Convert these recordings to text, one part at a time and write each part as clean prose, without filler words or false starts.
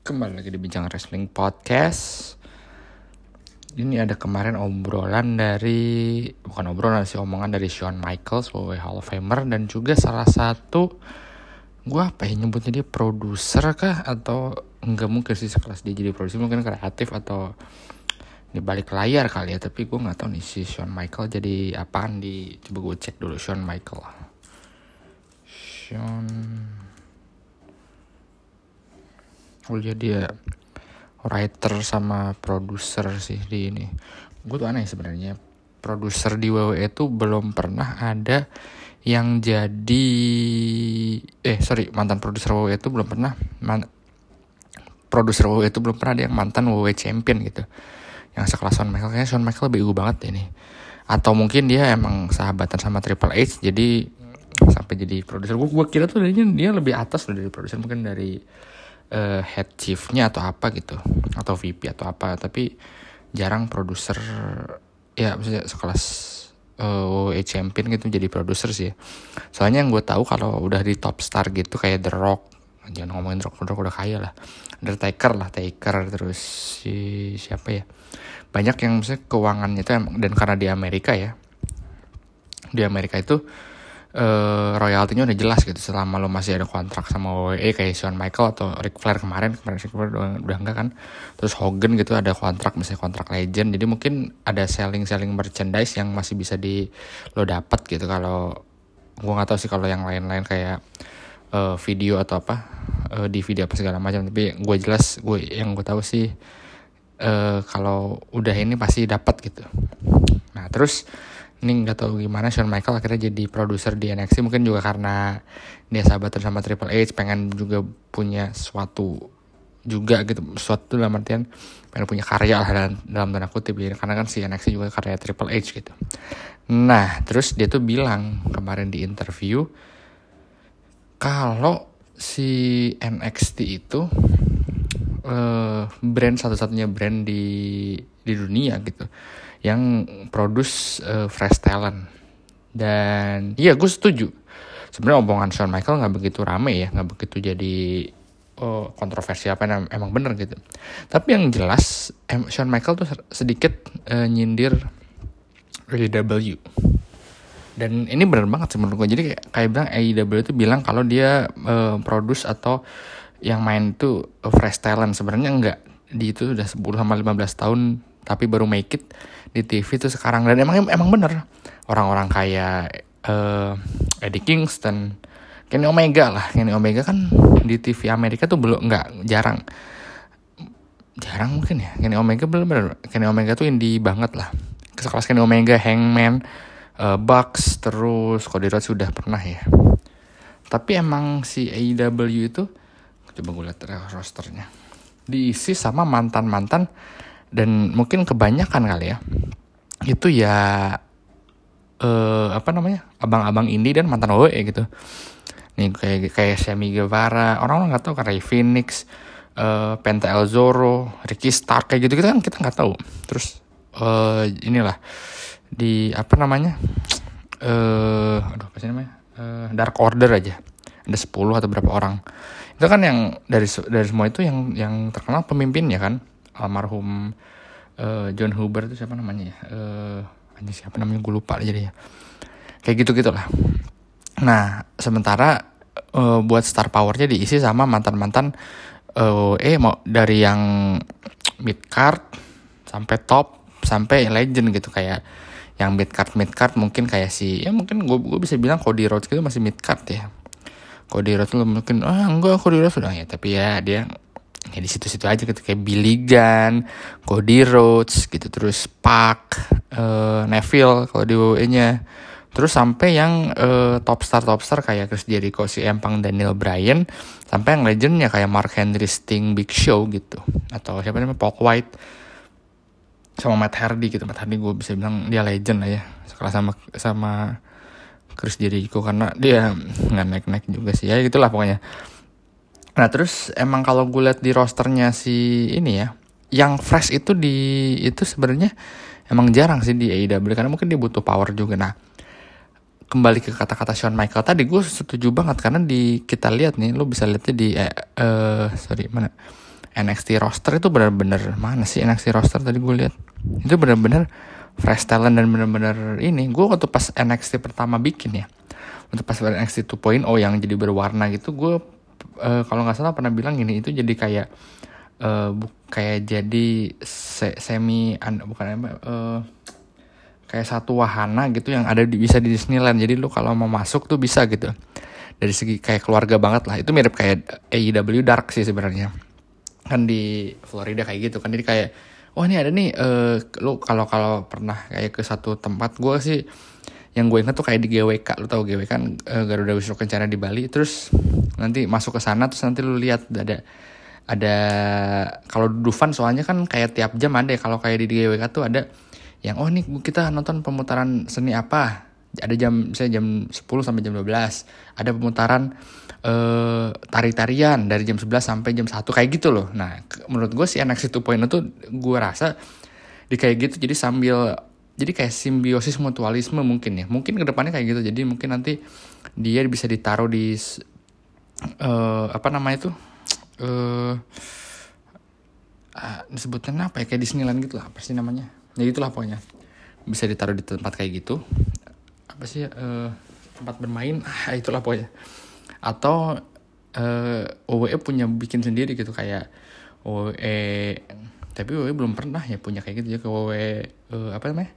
Kembali lagi di Bincang Wrestling Podcast. Ini ada kemarin omongan dari Shawn Michaels, WWE Hall of Famer, dan juga salah satu, gue nyebutnya dia produser kah, atau enggak mungkin sih sekelas dia jadi produser, mungkin kreatif atau di balik layar kali ya, tapi gue nggak tahu nih si Shawn Michaels jadi apaan. Coba gue cek dulu Shawn dia writer sama produser sih di ini. Gue tuh aneh sebenarnya, produser di WWE itu belum pernah ada yang jadi mantan produser WWE itu belum pernah produser WWE itu belum pernah ada yang mantan WWE champion gitu, yang sekelas Shawn Michaels. Kayaknya Shawn Michaels bego banget ini, atau mungkin dia emang sahabatan sama Triple H jadi sampai jadi produser. Gue kira tuh dia lebih atas dari produser, mungkin dari head chiefnya atau apa gitu, atau VP atau apa. Tapi jarang produser ya, maksudnya sekelas WWE champion gitu jadi produser sih. Soalnya yang gue tahu kalau udah di top star gitu kayak The Rock, jangan ngomongin The Rock udah kaya lah, Taker, terus siapa ya, banyak yang misalnya keuangannya itu emang, dan karena di Amerika itu royaltinya udah jelas gitu selama lo masih ada kontrak sama WWE, kayak Shawn Michaels atau Ric Flair kemarin udah enggak kan. Terus Hogan gitu ada kontrak, misalnya kontrak legend, jadi mungkin ada selling merchandise yang masih bisa lo dapat gitu. Kalau gue nggak tahu sih kalau yang lain-lain kayak video atau apa, DVD apa segala macam, tapi yang gue tahu sih kalau udah ini pasti dapat gitu. Nah terus ini nggak tahu gimana Shawn Michaels akhirnya jadi produser di NXT, mungkin juga karena dia sahabatan sama Triple H, pengen juga punya sesuatu juga gitu, sesuatu dalam artian pengen punya karya lah dalam tanda kutip ya, karena kan si NXT juga karya Triple H gitu. Nah terus dia tuh bilang kemarin di interview kalau si NXT itu brand satu-satunya brand di dunia gitu yang produce fresh talent. Dan iya, gue setuju. Sebenarnya omongan Shawn Michaels nggak begitu rame ya, nggak begitu jadi kontroversi apa, emang bener gitu. Tapi yang jelas Shawn Michaels tuh sedikit nyindir AEW. Dan ini bener banget sih menurut gue. Jadi kayak bilang AEW itu bilang kalau dia produce atau yang main itu fresh talent. Sebenarnya enggak. Di itu udah 10 sama 15 tahun tapi baru make it di TV tuh sekarang. Dan emang bener. Orang-orang kayak Eddie Kingston, Kenny Omega kan di TV Amerika tuh jarang mungkin ya. Kenny Omega bener. Kenny Omega tuh indie banget lah. Sekelas Kenny Omega, Hangman, Bucks, terus Cody Rhodes sudah pernah ya. Tapi emang si AEW itu, coba gue lihat rosternya, diisi sama mantan-mantan, dan mungkin kebanyakan kali ya itu ya abang-abang indie dan mantan WWE gitu. Nih kayak Sammy Guevara, orang nggak tahu kan, Ray Phoenix, Penta El Zoro, Ricky Stark, kayak gitu kan kita nggak tahu. Terus inilah di Dark Order aja ada 10 atau berapa orang. Itu kan yang dari semua itu yang terkenal pemimpinnya kan, almarhum John Huber itu siapa namanya ya, siapa namanya gue lupa jadi ya, kayak gitulah. Nah sementara buat star powernya diisi sama mantan mau dari yang mid card sampai top sampai legend gitu. Kayak yang mid card mungkin kayak mungkin gue bisa bilang Cody Rhodes gitu masih mid card ya. Cody Rhodes lo mungkin Cody Rhodes sudah ya, tapi ya dia ya di situ-situ aja gitu, kayak Billy Gunn, Cody Rhodes gitu, terus Pac, Neville kalau di WWE-nya, terus sampai yang top star kayak Chris Jericho, CM Punk, Daniel Bryan, sampai yang legendnya kayak Mark Henry, Sting, Big Show gitu, atau siapa namanya Paul White sama Matt Hardy gitu. Matt Hardy gue bisa bilang dia legend lah ya, sekelas sama Chris Jericho, karena dia nggak naik juga sih ya, gitulah pokoknya. Nah terus emang kalau gue lihat di rosternya si ini ya, yang fresh itu sebenarnya emang jarang sih di AEW, karena mungkin dia butuh power juga. Nah kembali ke kata-kata Shawn Michaels tadi, gue setuju banget, karena kita lihat nih, lo bisa lihatnya di NXT roster itu benar-benar mana sih NXT roster tadi gue lihat itu benar-benar fresh talent dan benar-benar ini. Gue waktu pas NXT pertama bikin ya, waktu pas NXT 2.0 yang jadi berwarna gitu, gue kalau nggak salah pernah bilang gini, itu jadi kayak kayak jadi kayak satu wahana gitu yang ada bisa di Disneyland. Jadi lu kalau mau masuk tuh bisa gitu. Dari segi kayak keluarga banget lah. Itu mirip kayak AEW Dark sih sebenarnya. Kan di Florida kayak gitu kan. Jadi kayak oh ini ada nih lu kalau pernah kayak ke satu tempat, gue sih yang gue ingat tuh kayak di GWK. Lu tahu GWK kan, Garuda Wisnu Kencana di Bali. Terus nanti masuk ke sana, terus nanti lu lihat ada kalau Dufan soalnya kan kayak tiap jam ada ya. Kalau kayak di GWK tuh ada yang oh nih kita nonton pemutaran seni apa, ada misalnya jam 10 sampai jam 12 ada pemutaran tari-tarian dari jam 11 sampai jam 1 kayak gitu loh. Nah menurut gue si NXT 2.0 tuh gue rasa di kayak gitu, jadi kayak simbiosis mutualisme mungkin ya, mungkin kedepannya kayak gitu. Jadi mungkin nanti dia bisa ditaruh di apa namanya tuh disebutnya apa ya, kayak Disneyland gitu lah, apa sih namanya ya, gitulah pokoknya, bisa ditaruh di tempat kayak gitu, apa sih tempat bermain itulah pokoknya. Atau WWE punya bikin sendiri gitu kayak WWE, tapi WWE belum pernah ya punya kayak gitu ya, ke WWE apa namanya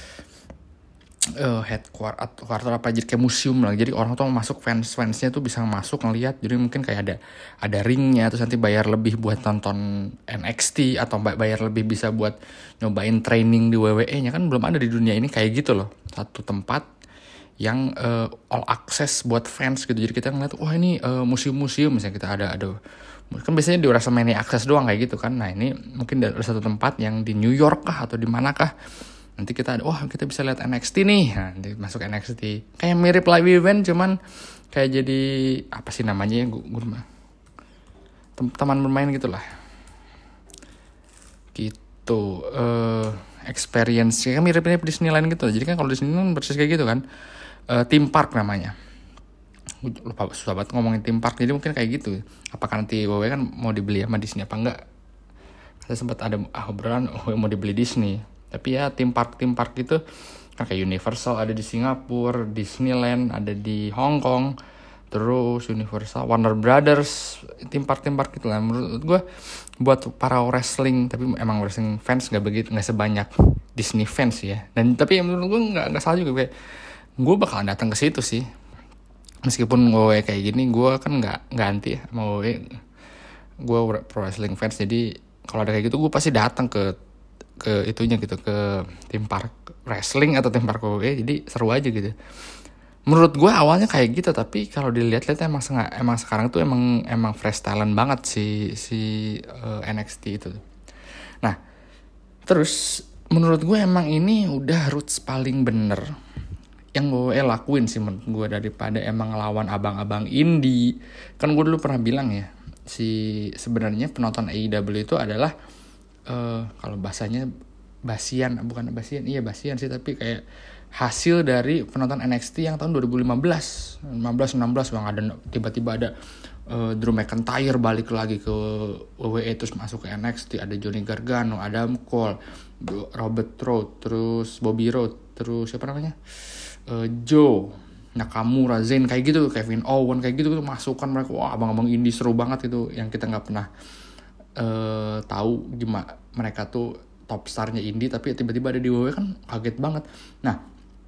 headquarter apa, jadi kayak museum lah. Jadi orang tuh masuk, fansnya tuh bisa masuk ngelihat. Jadi mungkin kayak ada ringnya, terus nanti bayar lebih buat nonton NXT, atau bayar lebih bisa buat nyobain training di WWE-nya. Kan belum ada di dunia ini kayak gitu loh, satu tempat yang all access buat fans gitu. Jadi kita ngeliat wah ini museum misalnya kita ada kan biasanya di WrestleMania Access doang kayak gitu kan. Nah ini mungkin ada satu tempat yang di New York kah atau di mana kah, nanti kita kita bisa lihat NXT nih. Nah, nanti masuk NXT. Kayak mirip live event, cuman kayak jadi apa sih namanya ya, gue teman bermain gitulah. Gitu. Experience kan mirip-mirip Disneyland gitu. Jadi kan kalau Disneyland persis kayak gitu kan. Theme park namanya. Lupa, susah banget ngomongin theme park. Jadi mungkin kayak gitu. Apakah nanti WWE kan mau dibeli sama Disney apa enggak? Saya sempat ada obrolan mau dibeli Disney. Tapi ya theme park itu kan kayak Universal ada di Singapura, Disneyland ada di Hong Kong, terus Universal, Warner Brothers, theme park gitu lah. Menurut gue buat para wrestling, tapi emang wrestling fans nggak sebanyak Disney fans ya. Dan tapi menurut gue nggak salah juga, kayak gue bakalan datang ke situ sih. Meskipun gue kayak gini, gue kan nggak anti ya mau gue pro wrestling fans. Jadi kalau ada kayak gitu gue pasti datang ke itunya gitu, ke theme park wrestling atau theme park WWE. Jadi seru aja gitu. Menurut gue awalnya kayak gitu, tapi kalau dilihat-lihat emang sekarang tuh emang fresh talent banget si NXT itu. Nah, terus menurut gue emang ini udah roots paling bener yang gue lakuin sih menurut gue, daripada emang ngelawan abang-abang indie. Kan gue dulu pernah bilang ya, sebenarnya penonton AEW itu adalah kalau bahasanya basian sih, tapi kayak hasil dari penonton NXT yang tahun 2015, 16 bang, ada tiba-tiba ada Drew McIntyre balik lagi ke WWE terus masuk ke NXT, ada Johnny Gargano, Adam Cole, Robert Roode, terus Bobby Roode, terus siapa namanya Joe Nakamura, Zayn, kayak gitu, Kevin Owens, kayak gitu masukan mereka. Wah, abang-abang indie seru banget itu, yang kita nggak pernah tahu gimana mereka tuh top starnya indie, tapi tiba-tiba ada di WWE kan kaget banget. Nah,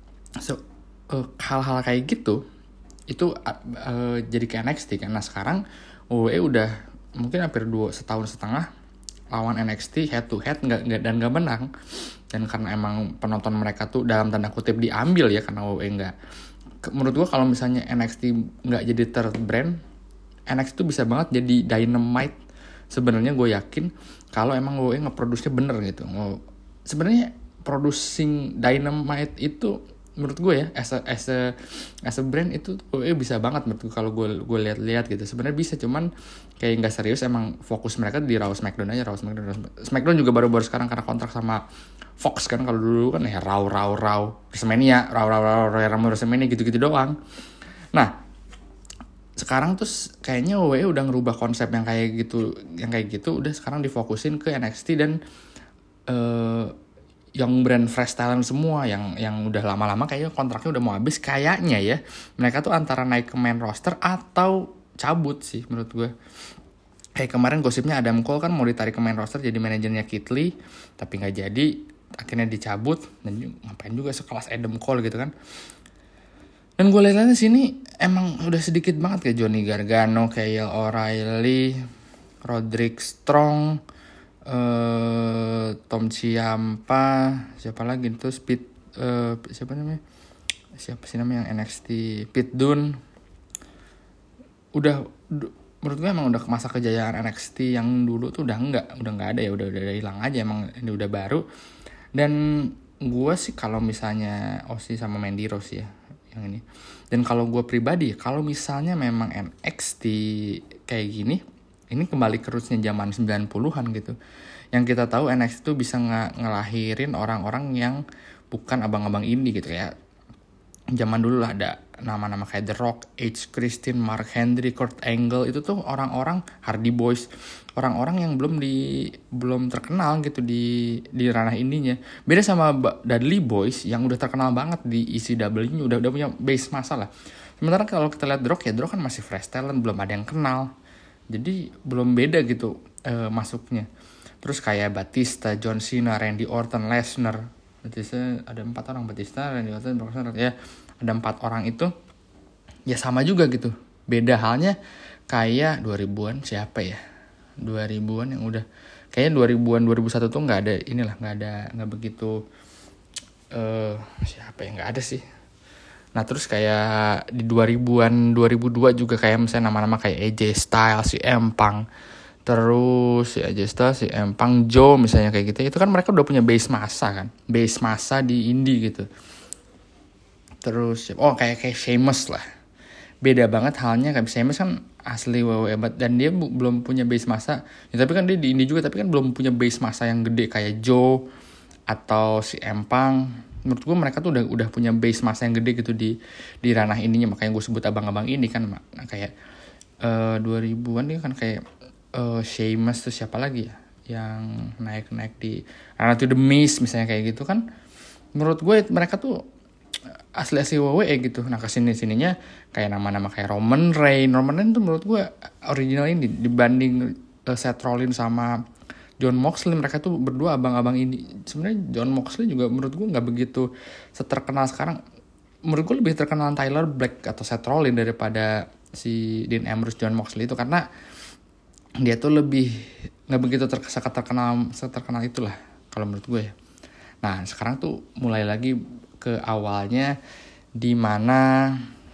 hal-hal kayak gitu itu jadi ke NXT kan. Nah sekarang WWE udah mungkin hampir 2 tahun setengah lawan NXT head to head nggak menang. Dan karena emang penonton mereka tuh dalam tanda kutip diambil ya, karena WWE nggak. Menurut gue kalau misalnya NXT nggak jadi third brand, NXT tuh bisa banget jadi Dynamite. Sebenarnya gue yakin kalau emang WWE nge-produce-nya bener gitu. Sebenarnya producing Dynamite itu menurut gue ya as a brand itu WWE bisa banget menurut gue, kalau gue lihat gitu. Sebenarnya bisa, cuman kayak nggak serius. Emang fokus mereka di Raw SmackDown aja. SmackDown juga baru-baru sekarang karena kontrak sama Fox kan. Kalau dulu kan ya Raw WrestleMania, Raw WrestleMania gitu-gitu doang. Nah sekarang tuh kayaknya WWE udah ngerubah konsep yang kayak gitu udah sekarang difokusin ke NXT dan yang brand fresh talent semua yang udah lama-lama kayaknya kontraknya udah mau habis kayaknya ya. Mereka tuh antara naik ke main roster atau cabut sih menurut gue. Kayak kemarin gosipnya Adam Cole kan mau ditarik ke main roster jadi manajernya Keith Lee, tapi nggak jadi, akhirnya dicabut. Dan ngapain juga sekelas Adam Cole gitu kan. Dan gue lihat sini emang udah sedikit banget kayak Johnny Gargano, Kyle O'Reilly, Roderick Strong, Tom Ciampa, siapa lagi tuh siapa sih namanya yang NXT, Pete Dunne. Menurut gue emang udah masa kejayaan NXT yang dulu tuh udah nggak ada ya, udah hilang aja, emang ini udah baru. Dan gue sih kalau misalnya Aussie sama Mandy Rose ya yang ini, dan kalau gue pribadi kalau misalnya memang NXT kayak gini, ini kembali ke rootsnya zaman 90-an gitu. Yang kita tahu NXT tuh bisa ngelahirin orang-orang yang bukan abang-abang indie gitu ya. Zaman dulu lah ada nama-nama kayak The Rock, Edge, Christine, Mark Henry, Kurt Angle, itu tuh orang-orang Hardy Boys, orang-orang yang belum terkenal gitu di ranah indinya. Beda sama Dudley Boys yang udah terkenal banget di ECW, udah punya base massa lah. Sementara kalau kita lihat The Rock ya, The Rock kan masih fresh talent, belum ada yang kenal. Jadi belum beda gitu masuknya. Terus kayak Batista, John Cena, Randy Orton, Lesnar. Batista ada 4 orang, Batista, Randy Orton, Brock Lesnar ya. Ada 4 orang itu ya sama juga gitu. Beda halnya kayak 2000-an siapa ya? 2000-an yang udah kayaknya 2000-an 2001 tuh nggak begitu siapa ya, nggak ada sih. Nah terus kayak di 2000-an 2002 juga kayak misalnya nama-nama kayak AJ Styles, si Empang, terus si AJ Styles, si Empang, Joe misalnya kayak gitu. Itu kan mereka udah punya base massa di indie gitu. Terus kayak Sheamus lah. Beda banget halnya kayak Sheamus kan asli WWE dan dia belum punya base massa. Ya, tapi kan dia di indie juga tapi kan belum punya base massa yang gede kayak Joe atau si Empang. Menurut gue mereka tuh udah punya base massa yang gede gitu di ranah ininya, makanya gue sebut abang-abang ini kan. Nah, kayak 2000-an dia kan kayak Sheamus tuh siapa lagi ya yang naik di ranah to the Miz misalnya kayak gitu kan. Menurut gue mereka tuh asli WWE gitu. Nah kesini-sininya kayak nama-nama kayak Roman Reigns tuh menurut gue original ini dibanding Seth Rollins sama Jon Moxley. Mereka tuh berdua abang-abang ini. Sebenarnya Jon Moxley juga menurut gue nggak begitu seterkenal sekarang. Menurut gue lebih terkenal Tyler Black atau Seth Rollins daripada si Dean Ambrose, Jon Moxley itu, karena dia tuh lebih nggak begitu seterkenal itulah kalau menurut gue ya. Nah sekarang tuh mulai lagi ke awalnya di mana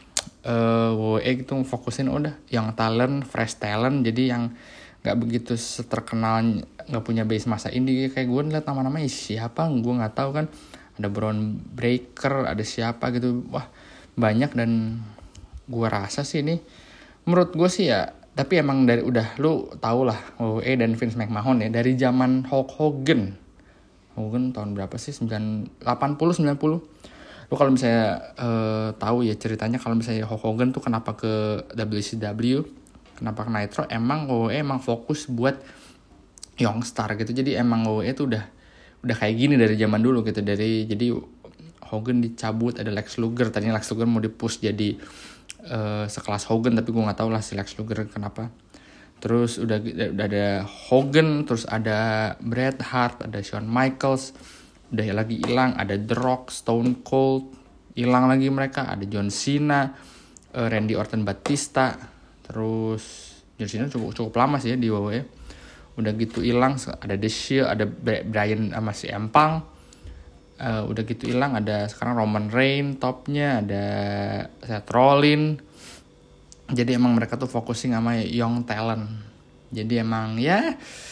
WWE gitu fokusin udah yang talent, fresh talent, jadi yang nggak begitu seterkenal, nggak punya base masa indie. Kayak gue ngeliat nama-namanya siapa gue nggak tahu kan, ada Braun Breaker, ada siapa gitu, wah banyak. Dan gue rasa sih ini menurut gue sih ya, tapi emang dari udah lu tau lah WWE dan Vince McMahon ya dari zaman Hulk Hogan tahun berapa sih, 80 90. Lu kalau misalnya tahu ya ceritanya, kalau misalnya Hulk Hogan tuh kenapa ke WCW, kenapa ke Nitro, emang WWE emang fokus buat young star gitu. Jadi emang WWE tuh udah kayak gini dari zaman dulu gitu. Jadi Hogan dicabut, ada Lex Luger. Tadinya Lex Luger mau di-push jadi sekelas Hogan, tapi gue nggak tahu lah si Lex Luger kenapa. Terus udah ada Hogan, terus ada Bret Hart, ada Shawn Michaels, udah lagi hilang, ada The Rock, Stone Cold, hilang lagi mereka, ada John Cena, Randy Orton, Batista, terus John Cena cukup lama sih ya di WWE. Udah gitu hilang, ada The Shield, ada Bryan sama si Empang, udah gitu hilang, ada sekarang Roman Reigns topnya, ada Seth Rollins. Jadi emang mereka tuh focusing sama young talent. Jadi emang ya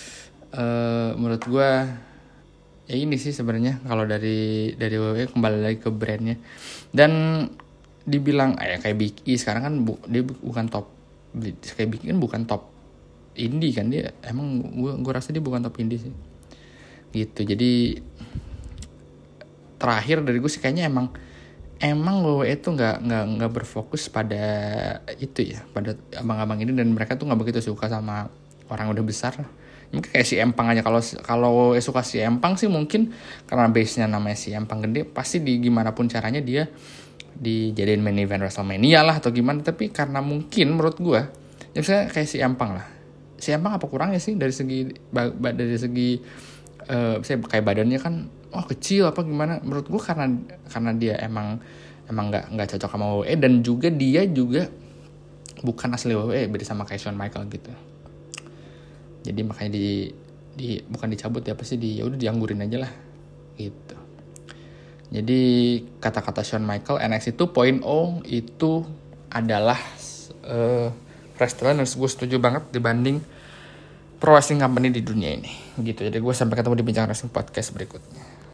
menurut gue ya ini sih sebenarnya kalau dari WWE kembali lagi ke brandnya. Dan dibilang kayak Big E sekarang kan dia bukan top, kayak Big E kan bukan top indie kan, dia emang gue rasa dia bukan top indie sih gitu. Jadi terakhir dari gue sih kayaknya emang emang WWE itu nggak berfokus pada itu ya, pada abang-abang ini, dan mereka tuh nggak begitu suka sama orang udah besar. Mungkin kayak si Empang aja, kalau suka si Empang sih mungkin karena base-nya namanya si Empang gede, pasti di gimana pun caranya dia dijadiin main event WrestleMania lah atau gimana. Tapi karena mungkin menurut gue, ya misalnya kayak si Empang lah, si Empang apa kurangnya sih dari segi saya kayak badannya kan kecil apa gimana. Menurut gue karena dia emang nggak cocok sama WWE, dan juga dia juga bukan asli WWE, beda sama kayak Shawn Michael gitu. Jadi makanya bukan dicabut ya, pasti ya udah dianggurin aja lah gitu. Jadi kata-kata Shawn Michael, NXT 2.0 itu adalah fresh talent, dan gue setuju banget dibanding pro wrestling company di dunia ini gitu. Jadi gue sampai ketemu di Bincang Wrestling Podcast berikutnya.